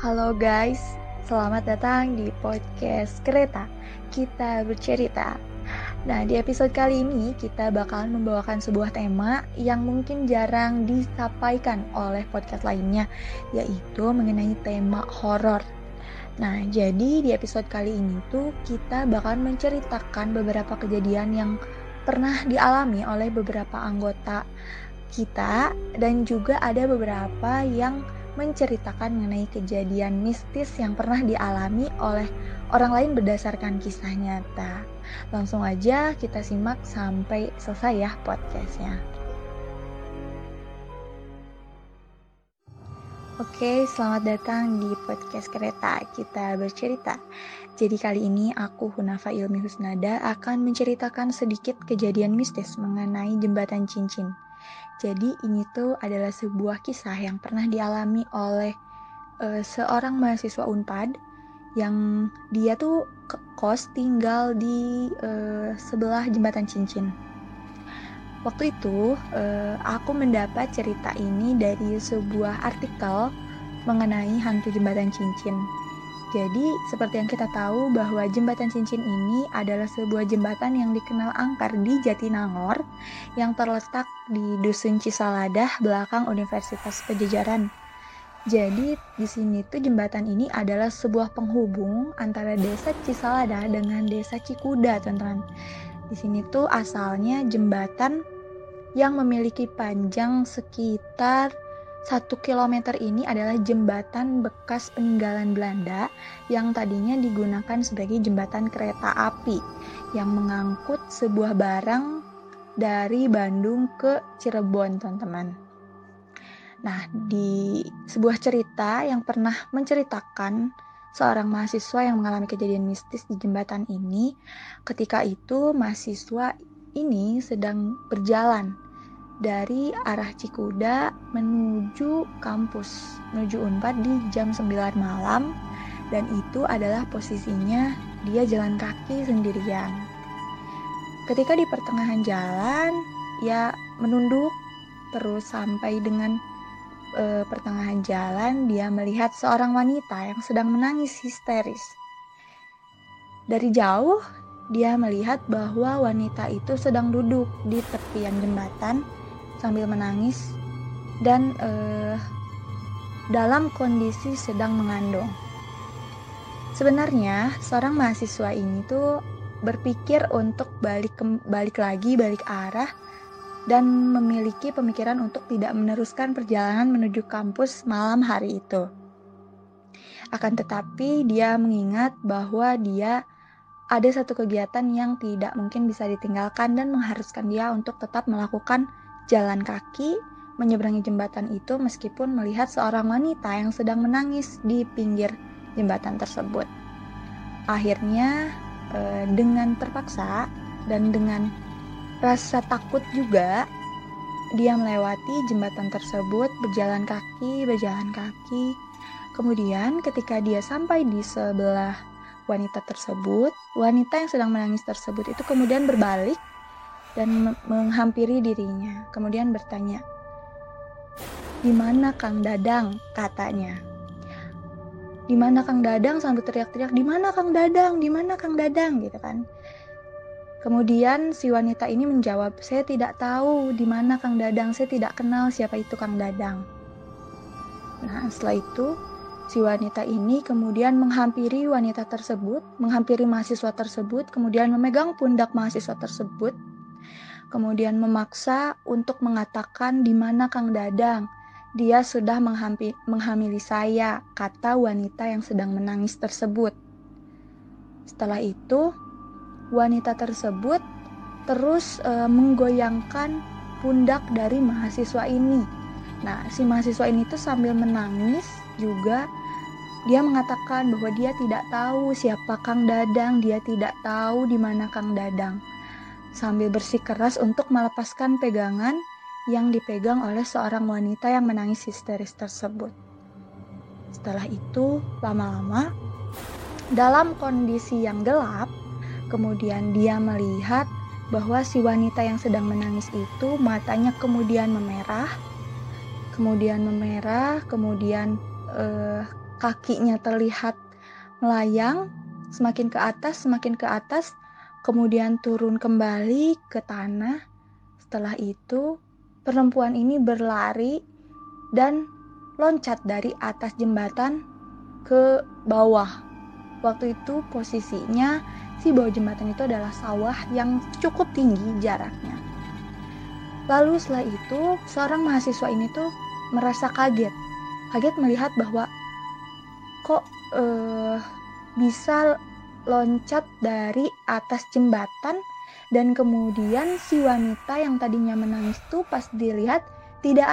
Halo guys, selamat datang di podcast Kereta Kita Bercerita. Nah, di episode kali ini kita bakalan membawakan sebuah tema yang mungkin jarang disampaikan oleh podcast lainnya, yaitu mengenai tema horor. Nah, jadi di episode kali ini tuh kita bakalan menceritakan beberapa kejadian yang pernah dialami oleh beberapa anggota kita, dan juga ada beberapa yang menceritakan mengenai kejadian mistis yang pernah dialami oleh orang lain berdasarkan kisah nyata. Langsung aja kita simak sampai selesai ya podcastnya. Oke, selamat datang di podcast Kereta Kita Bercerita. Jadi kali ini aku, Hunafa Ilmi Husnada, akan menceritakan sedikit kejadian mistis mengenai jembatan cincin. Jadi ini tuh adalah sebuah kisah yang pernah dialami oleh seorang mahasiswa Unpad yang dia tuh kos tinggal di sebelah jembatan cincin. Waktu itu aku mendapat cerita ini dari sebuah artikel mengenai hantu jembatan cincin. Jadi seperti yang kita tahu bahwa jembatan cincin ini adalah sebuah jembatan yang dikenal angker di Jatinangor yang terletak di Dusun Cisaladah belakang Universitas Pajajaran. Jadi di sini tuh jembatan ini adalah sebuah penghubung antara desa Cisaladah dengan desa Cikuda, teman-teman. Di sini tuh asalnya jembatan yang memiliki panjang sekitar 1 kilometer ini adalah jembatan bekas peninggalan Belanda yang tadinya digunakan sebagai jembatan kereta api yang mengangkut sebuah barang dari Bandung ke Cirebon, teman-teman. Nah, di sebuah cerita yang pernah menceritakan seorang mahasiswa yang mengalami kejadian mistis di jembatan ini, ketika itu mahasiswa ini sedang berjalan dari arah Cikuda menuju kampus, menuju Unpad di jam 9 malam, dan itu adalah posisinya dia jalan kaki sendirian. Ketika di pertengahan jalan, ia menunduk terus sampai dengan pertengahan jalan, dia melihat seorang wanita yang sedang menangis histeris. Dari jauh, dia melihat bahwa wanita itu sedang duduk di tepian jembatan sambil menangis dan dalam kondisi sedang mengandung. Sebenarnya seorang mahasiswa ini tuh berpikir untuk balik arah dan memiliki pemikiran untuk tidak meneruskan perjalanan menuju kampus malam hari itu. Akan tetapi dia mengingat bahwa dia ada satu kegiatan yang tidak mungkin bisa ditinggalkan dan mengharuskan dia untuk tetap melakukan jalan kaki menyeberangi jembatan itu meskipun melihat seorang wanita yang sedang menangis di pinggir jembatan tersebut. Akhirnya dengan terpaksa dan dengan rasa takut juga, dia melewati jembatan tersebut berjalan kaki. Kemudian ketika dia sampai di sebelah wanita tersebut, wanita yang sedang menangis tersebut itu kemudian berbalik dan menghampiri dirinya. Kemudian bertanya, "Di mana Kang Dadang?" katanya. "Di mana Kang Dadang?" sambil teriak-teriak, "Di mana Kang Dadang? Di mana Kang Dadang?" gitu kan. Kemudian si wanita ini menjawab, "Saya tidak tahu di mana Kang Dadang, saya tidak kenal siapa itu Kang Dadang." Nah, setelah itu si wanita ini kemudian menghampiri menghampiri mahasiswa tersebut, kemudian memegang pundak mahasiswa tersebut, kemudian memaksa untuk mengatakan, "Di mana Kang Dadang? Dia sudah menghamili saya," kata wanita yang sedang menangis tersebut. Setelah itu, wanita tersebut terus menggoyangkan pundak dari mahasiswa ini. Nah, si mahasiswa ini tuh sambil menangis juga, dia mengatakan bahwa dia tidak tahu siapa Kang Dadang, dia tidak tahu di mana Kang Dadang, sambil bersikeras untuk melepaskan pegangan yang dipegang oleh seorang wanita yang menangis histeris tersebut. Setelah itu, lama-lama dalam kondisi yang gelap, kemudian dia melihat bahwa si wanita yang sedang menangis itu matanya kemudian memerah, kemudian kakinya terlihat melayang semakin ke atas, kemudian turun kembali ke tanah. Setelah itu, perempuan ini berlari dan loncat dari atas jembatan ke bawah. Waktu itu posisinya si bawah jembatan itu adalah sawah yang cukup tinggi jaraknya. Lalu setelah itu, seorang mahasiswa ini tuh merasa kaget melihat bahwa kok bisa loncat dari atas jembatan, dan kemudian si wanita yang tadinya menangis tuh pas dilihat tidak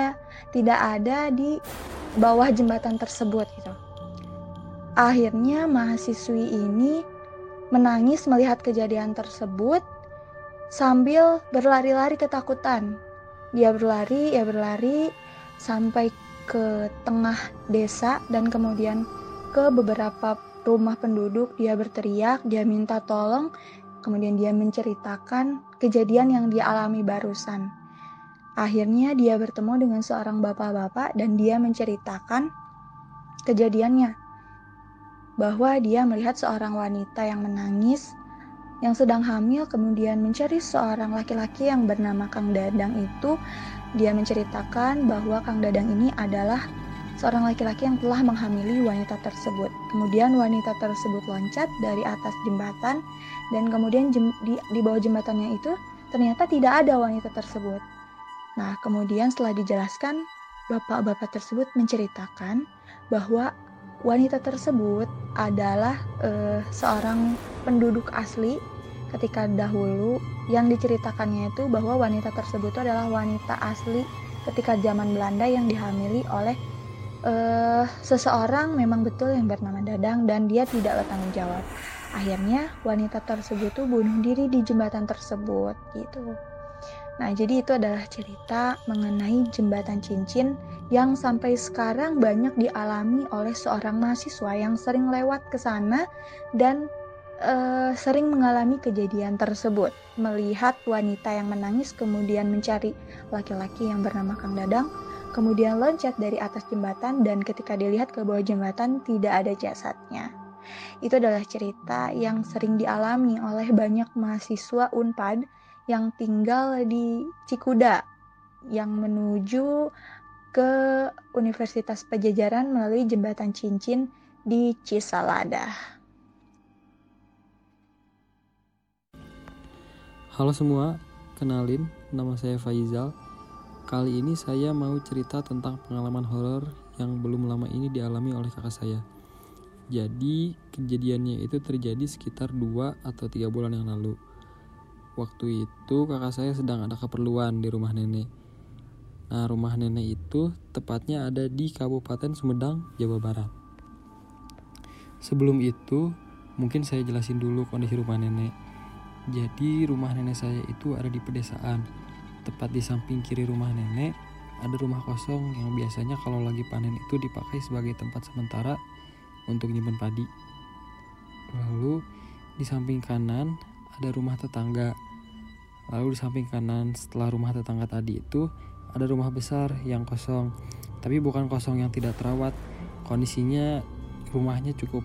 ada di bawah jembatan tersebut gitu. Akhirnya mahasiswi ini menangis melihat kejadian tersebut sambil berlari-lari ketakutan. Dia berlari sampai ke tengah desa dan kemudian ke beberapa rumah penduduk. Dia berteriak, dia minta tolong, kemudian dia menceritakan kejadian yang dia alami barusan. Akhirnya dia bertemu dengan seorang bapak-bapak dan dia menceritakan kejadiannya, bahwa dia melihat seorang wanita yang menangis, yang sedang hamil, kemudian mencari seorang laki-laki yang bernama Kang Dadang itu. Dia menceritakan bahwa Kang Dadang ini adalah seorang laki-laki yang telah menghamili wanita tersebut. Kemudian wanita tersebut loncat dari atas jembatan, dan kemudian di bawah jembatannya itu ternyata tidak ada wanita tersebut. Nah, kemudian setelah dijelaskan, bapak-bapak tersebut menceritakan bahwa wanita tersebut adalah seorang penduduk asli ketika dahulu. Yang diceritakannya itu bahwa wanita tersebut adalah wanita asli ketika zaman Belanda yang dihamili oleh seseorang memang betul yang bernama Dadang, dan dia tidak bertanggung jawab. Akhirnya wanita tersebut tuh bunuh diri di jembatan tersebut gitu. Nah, jadi itu adalah cerita mengenai jembatan cincin yang sampai sekarang banyak dialami oleh seorang mahasiswa yang sering lewat ke sana dan sering mengalami kejadian tersebut. Melihat wanita yang menangis kemudian mencari laki-laki yang bernama Kang Dadang, kemudian loncat dari atas jembatan, dan ketika dilihat ke bawah jembatan tidak ada jasadnya. Itu adalah cerita yang sering dialami oleh banyak mahasiswa Unpad yang tinggal di Cikuda yang menuju ke Universitas Pajajaran melalui jembatan cincin di Cisalada. Halo semua, kenalin, nama saya Faizal. Kali ini saya mau cerita tentang pengalaman horor yang belum lama ini dialami oleh kakak saya. Jadi kejadiannya itu terjadi sekitar 2 atau 3 bulan yang lalu. Waktu itu kakak saya sedang ada keperluan di rumah nenek. Nah, rumah nenek itu tepatnya ada di Kabupaten Sumedang, Jawa Barat. Sebelum itu, mungkin saya jelasin dulu kondisi rumah nenek. Jadi rumah nenek saya itu ada di pedesaan. Tepat di samping kiri rumah nenek ada rumah kosong yang biasanya kalau lagi panen itu dipakai sebagai tempat sementara untuk nyimpen padi. Lalu di samping kanan ada rumah tetangga. Lalu di samping kanan setelah rumah tetangga tadi itu ada rumah besar yang kosong. Tapi bukan kosong yang tidak terawat. Kondisinya rumahnya cukup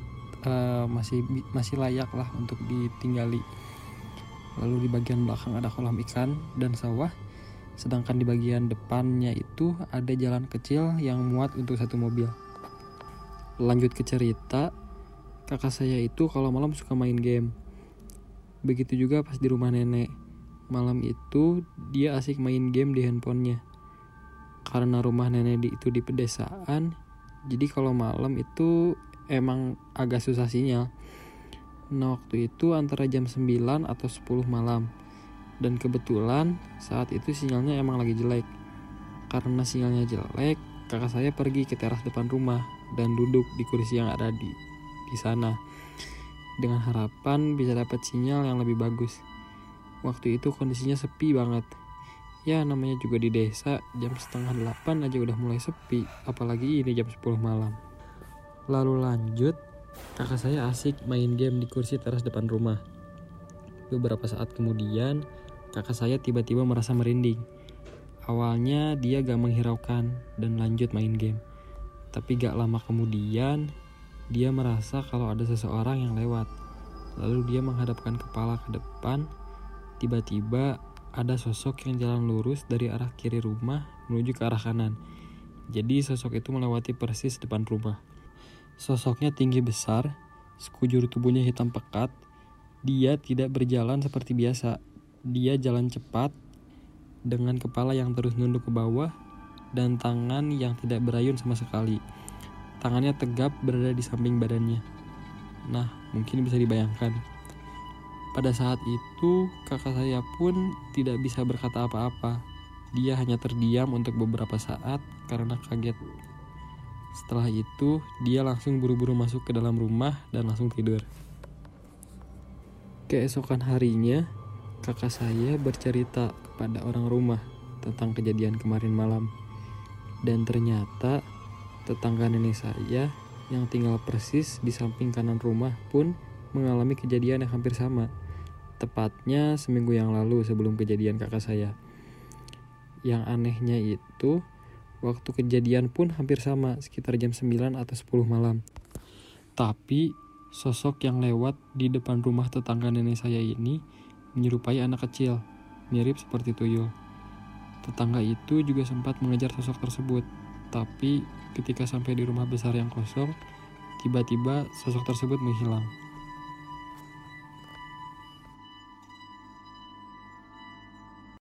masih layak lah untuk ditinggali. Lalu di bagian belakang ada kolam ikan dan sawah, sedangkan di bagian depannya itu ada jalan kecil yang muat untuk 1 mobil. Lanjut ke cerita, kakak saya itu kalau malam suka main game. Begitu juga pas di rumah nenek. Malam itu dia asik main game di handphonenya. Karena rumah nenek itu di pedesaan, jadi kalau malam itu emang agak susah sinyal. Nah, waktu itu antara jam 9 atau 10 malam. Dan kebetulan saat itu sinyalnya emang lagi jelek. Karena sinyalnya jelek, kakak saya pergi ke teras depan rumah dan duduk di kursi yang ada di sana dengan harapan bisa dapat sinyal yang lebih bagus. Waktu itu kondisinya sepi banget. Ya, namanya juga di desa, jam 7:30 aja udah mulai sepi, apalagi ini jam 10 malam. Lalu lanjut, kakak saya asik main game di kursi teras depan rumah. Beberapa saat kemudian, kakak saya tiba-tiba merasa merinding. Awalnya dia gak menghiraukan dan lanjut main game. Tapi gak lama kemudian, dia merasa kalau ada seseorang yang lewat. Lalu dia menghadapkan kepala ke depan. Tiba-tiba ada sosok yang jalan lurus dari arah kiri rumah menuju ke arah kanan. Jadi sosok itu melewati persis depan rumah. Sosoknya tinggi besar, sekujur tubuhnya hitam pekat. Dia tidak berjalan seperti biasa. Dia jalan cepat dengan kepala yang terus nunduk ke bawah dan tangan yang tidak berayun sama sekali. Tangannya tegap berada di samping badannya. Nah, mungkin bisa dibayangkan. Pada saat itu, kakak saya pun tidak bisa berkata apa-apa. Dia hanya terdiam untuk beberapa saat karena kaget. Setelah itu, dia langsung buru-buru masuk ke dalam rumah dan langsung tidur. Keesokan harinya, kakak saya bercerita kepada orang rumah tentang kejadian kemarin malam. Dan ternyata tetangga nenek saya yang tinggal persis di samping kanan rumah pun mengalami kejadian yang hampir sama. Tepatnya seminggu yang lalu sebelum kejadian kakak saya. Yang anehnya itu, waktu kejadian pun hampir sama, sekitar jam 9 atau 10 malam. Tapi, sosok yang lewat di depan rumah tetangga nenek saya ini menyerupai anak kecil, mirip seperti tuyul. Tetangga itu juga sempat mengejar sosok tersebut, tapi ketika sampai di rumah besar yang kosong, tiba-tiba sosok tersebut menghilang.